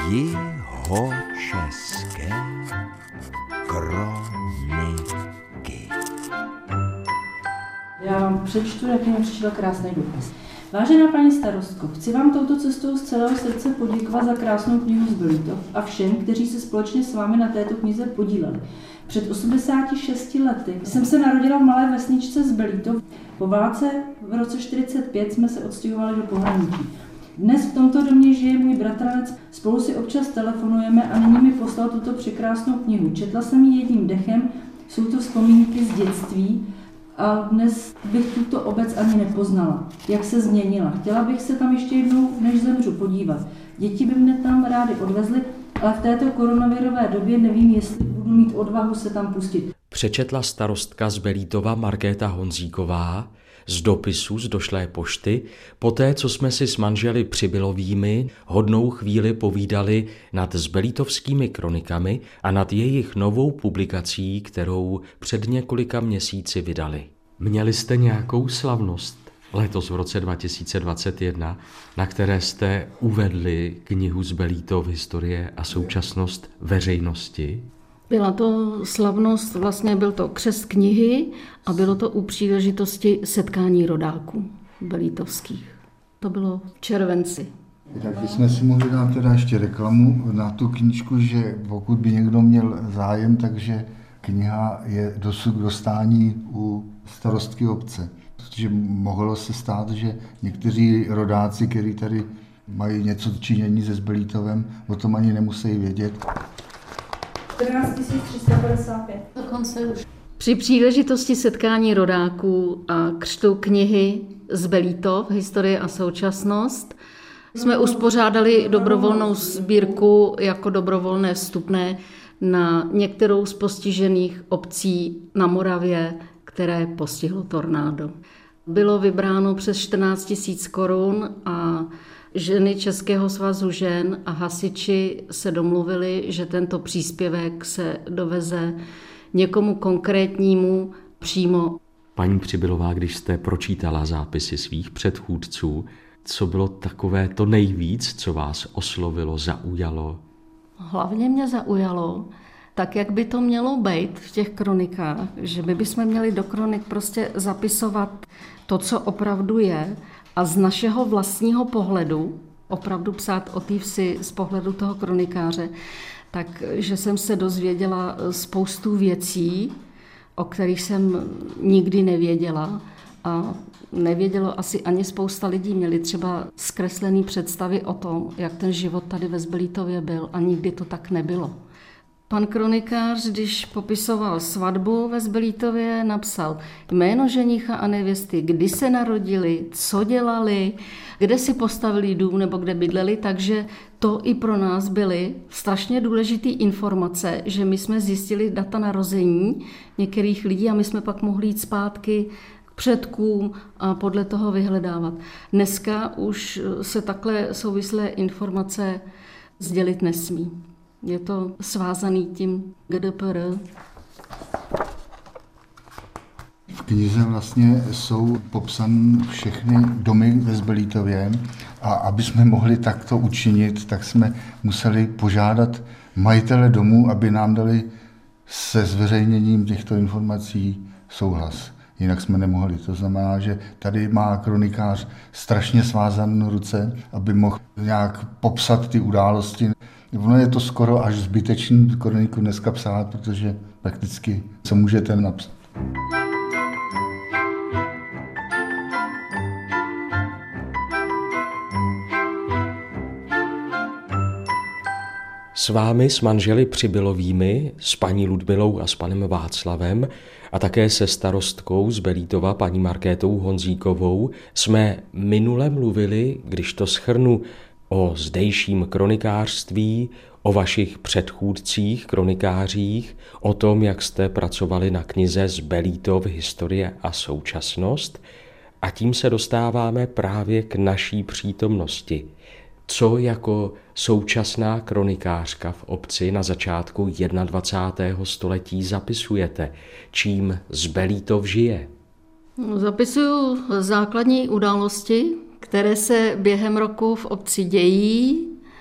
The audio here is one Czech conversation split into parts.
Jihočeské kroniky. Já vám přečtu, jak mi přišel krásný dopis. Vážená paní starostko, chci vám touto cestou z celého srdce poděkovat za krásnou knihu z Belítov a všem, kteří se společně s vámi na této knize podíleli. Před 86 lety jsem se narodila v malé vesničce z Belítov. Po válce v roce 1945 jsme se odstěhovali do pohraničí. Dnes v tomto domě žije můj bratranec, spolu si občas telefonujeme a nyní mi poslal tuto překrásnou knihu. Četla jsem ji jedním dechem, jsou to vzpomínky z dětství a dnes bych tuto obec ani nepoznala, jak se změnila. Chtěla bych se tam ještě jednou, než zemřu, podívat. Děti by mne tam rády odvezly, ale v této koronavirové době nevím, jestli budu mít odvahu se tam pustit. Přečetla starostka z Belítova Markéta Honzíková z dopisu z došlé pošty, poté, co jsme si s manželi Přibylovými hodnou chvíli povídali nad zbelítovskými kronikami a nad jejich novou publikací, kterou před několika měsíci vydali. Měli jste nějakou slavnost letos v roce 2021, na které jste uvedli knihu z Belítov Historie a současnost veřejnosti? Byla to slavnost, vlastně byl to křest knihy a bylo to u příležitosti setkání rodáků belítovských. To bylo v červenci. Tak bychom si mohli dát teda ještě reklamu na tu knížku, že pokud by někdo měl zájem, takže kniha je dosud k dostání u starostky obce. Protože mohlo se stát, že někteří rodáci, kteří tady mají něco činění se Zbelítovem, o tom ani nemusí vědět. 14 355. Dokonce už. Při příležitosti setkání rodáků a křtu knihy z Belítov, Historie a současnost, jsme uspořádali dobrovolnou sbírku jako dobrovolné vstupné na některou z postižených obcí na Moravě, které postihlo tornádo. Bylo vybráno přes 14 000 korun a ženy Českého svazu žen a hasiči se domluvili, že tento příspěvek se doveze někomu konkrétnímu přímo. Paní Přibylová, když jste pročítala zápisy svých předchůdců, co bylo takové to nejvíc, co vás oslovilo, zaujalo? Hlavně mě zaujalo, tak jak by to mělo být v těch kronikách, že my bychom měli do kronik prostě zapisovat to, co opravdu je, a z našeho vlastního pohledu, opravdu psát o té vsi z pohledu toho kronikáře, takže jsem se dozvěděla spoustu věcí, o kterých jsem nikdy nevěděla a nevědělo asi ani spousta lidí. Měli třeba zkreslené představy o tom, jak ten život tady ve Zbelítově byl a nikdy to tak nebylo. Pan kronikář, když popisoval svatbu ve Zbelítově, napsal jméno ženicha a nevěsty, kdy se narodili, co dělali, kde si postavili dům nebo kde bydleli, takže to i pro nás byly strašně důležité informace, že my jsme zjistili data narození některých lidí a my jsme pak mohli jít zpátky k předkům a podle toho vyhledávat. Dneska už se takhle souvislé informace sdělit nesmí. Je to svázaný tím GDPR. V knize vlastně jsou popsané všechny domy ve Zbelítově a aby jsme mohli takto učinit, tak jsme museli požádat majitele domů, aby nám dali se zveřejněním těchto informací souhlas. Jinak jsme nemohli. To znamená, že tady má kronikář strašně svázané ruce, aby mohl nějak popsat ty události. Ono je to skoro až zbytečný kroniku dneska psát, protože prakticky co můžete napsat. S vámi, s manželi Přibylovými, s paní Ludmilou a s panem Václavem a také se starostkou z Belítova, paní Markétou Honzíkovou, jsme minule mluvili, když to shrnu, o zdejším kronikářství, o vašich předchůdcích, kronikářích, o tom, jak jste pracovali na knize z Belítov Historie a současnost. A tím se dostáváme právě k naší přítomnosti. Co jako současná kronikářka v obci na začátku 21. století zapisujete? Čím z Belítov žije? Zapisuju základní události, které se během roku v obci dějí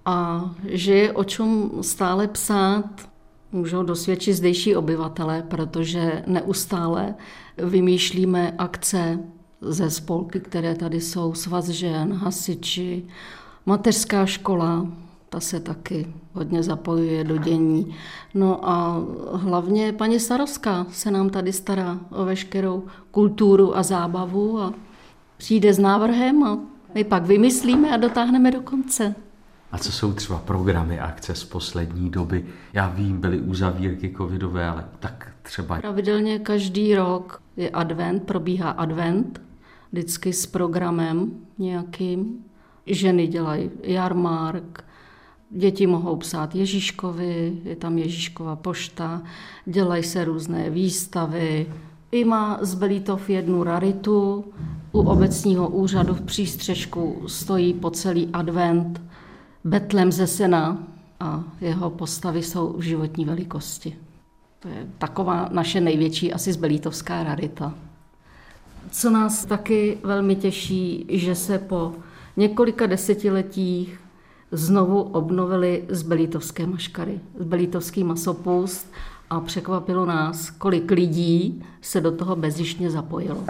a že je o čem stále psát, můžou dosvědčit zdejší obyvatelé, protože neustále vymýšlíme akce ze spolky, které tady jsou, Svaz žen, hasiči, mateřská škola, ta se taky hodně zapojuje do dění. No a hlavně paní starostka se nám tady stará o veškerou kulturu a zábavu a přijde s návrhem a my pak vymyslíme a dotáhneme do konce. A co jsou třeba programy, akce z poslední doby? Já vím, byly uzavírky covidové, ale tak třeba... Pravidelně každý rok je advent, probíhá advent, vždycky s programem nějakým. Ženy dělají jarmark, děti mohou psát Ježíškovi, je tam Ježíškova pošta, dělají se různé výstavy. I má Zbelítov jednu raritu, u obecního úřadu v přístřežku stojí po celý advent Betlém ze sena a jeho postavy jsou v životní velikosti. To je taková naše největší asi zbelítovská rarita. Co nás taky velmi těší, že se po několika desetiletích znovu obnovily zbelítovské maškary, zbelítovský masopust a překvapilo nás, kolik lidí se do toho bezištně zapojilo.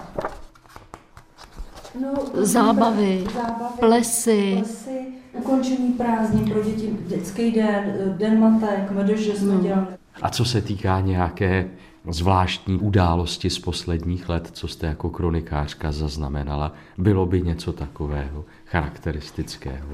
No, zábavy, plesy, ukončení prázdnin pro děti, dětský den, den matek, medeže jsme dělali. A co se týká nějaké zvláštní události z posledních let, co jste jako kronikářka zaznamenala, bylo by něco takového charakteristického?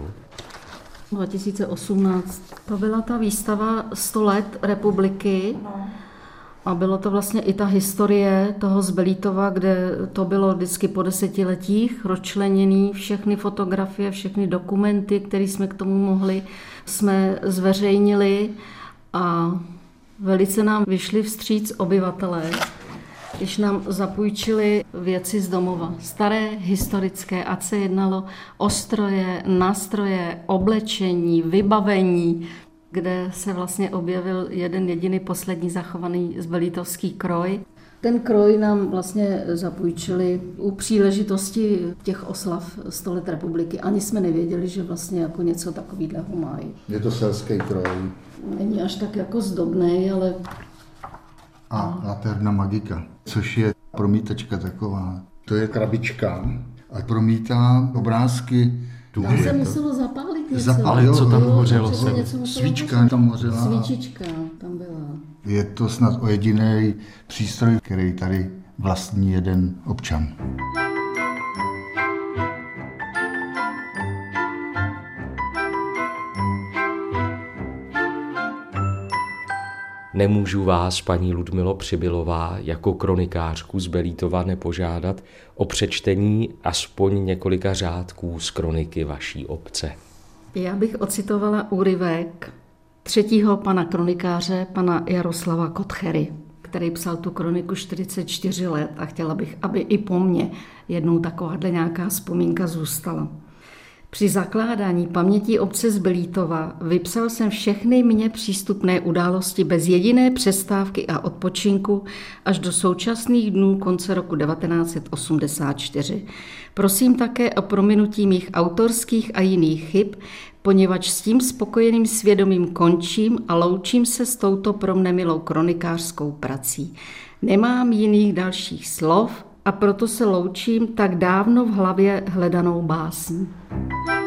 2018 to byla ta výstava 100 let republiky. A bylo to vlastně i ta historie toho Zbelítova, kde to bylo vždycky po desetiletích rozčleněný, všechny fotografie, všechny dokumenty, které jsme k tomu mohli, jsme zveřejnili a velice nám vyšli vstříc obyvatelé, když nám zapůjčili věci z domova. Staré, historické, ať se jednalo o stroje, nástroje, oblečení, vybavení, kde se vlastně objevil jeden jediný poslední zachovaný zbelítovský kroj. Ten kroj nám vlastně zapůjčili u příležitosti těch oslav 100 let republiky. Ani jsme nevěděli, že vlastně jako něco takového mají. Je to selský kroj. Není až tak jako zdobnej, ale... A Laterna Magika, což je promítačka taková. To je krabička a promítá obrázky. Tam se muselo zapálit něco. Ale co tam hořelo? Svíčka tam hořela. Svíčička tam byla. Je to snad ojediný přístroj, který tady vlastní jeden občan. Nemůžu vás, paní Ludmilo Přibylová, jako kronikářku z Belítova nepožádat o přečtení aspoň několika řádků z kroniky vaší obce. Já bych ocitovala úryvek 3. pana kronikáře, pana Jaroslava Kotchery, který psal tu kroniku 44 let a chtěla bych, aby i po mně jednou takováhle nějaká vzpomínka zůstala. Při zakládání paměti obce z Belítova vypsal jsem všechny mně přístupné události bez jediné přestávky a odpočinku až do současných dnů konce roku 1984. Prosím také o prominutí mých autorských a jiných chyb, poněvadž s tím spokojeným svědomím končím a loučím se s touto pro mne milou kronikářskou prací. Nemám jiných dalších slov a proto se loučím tak dávno v hlavě hledanou básní.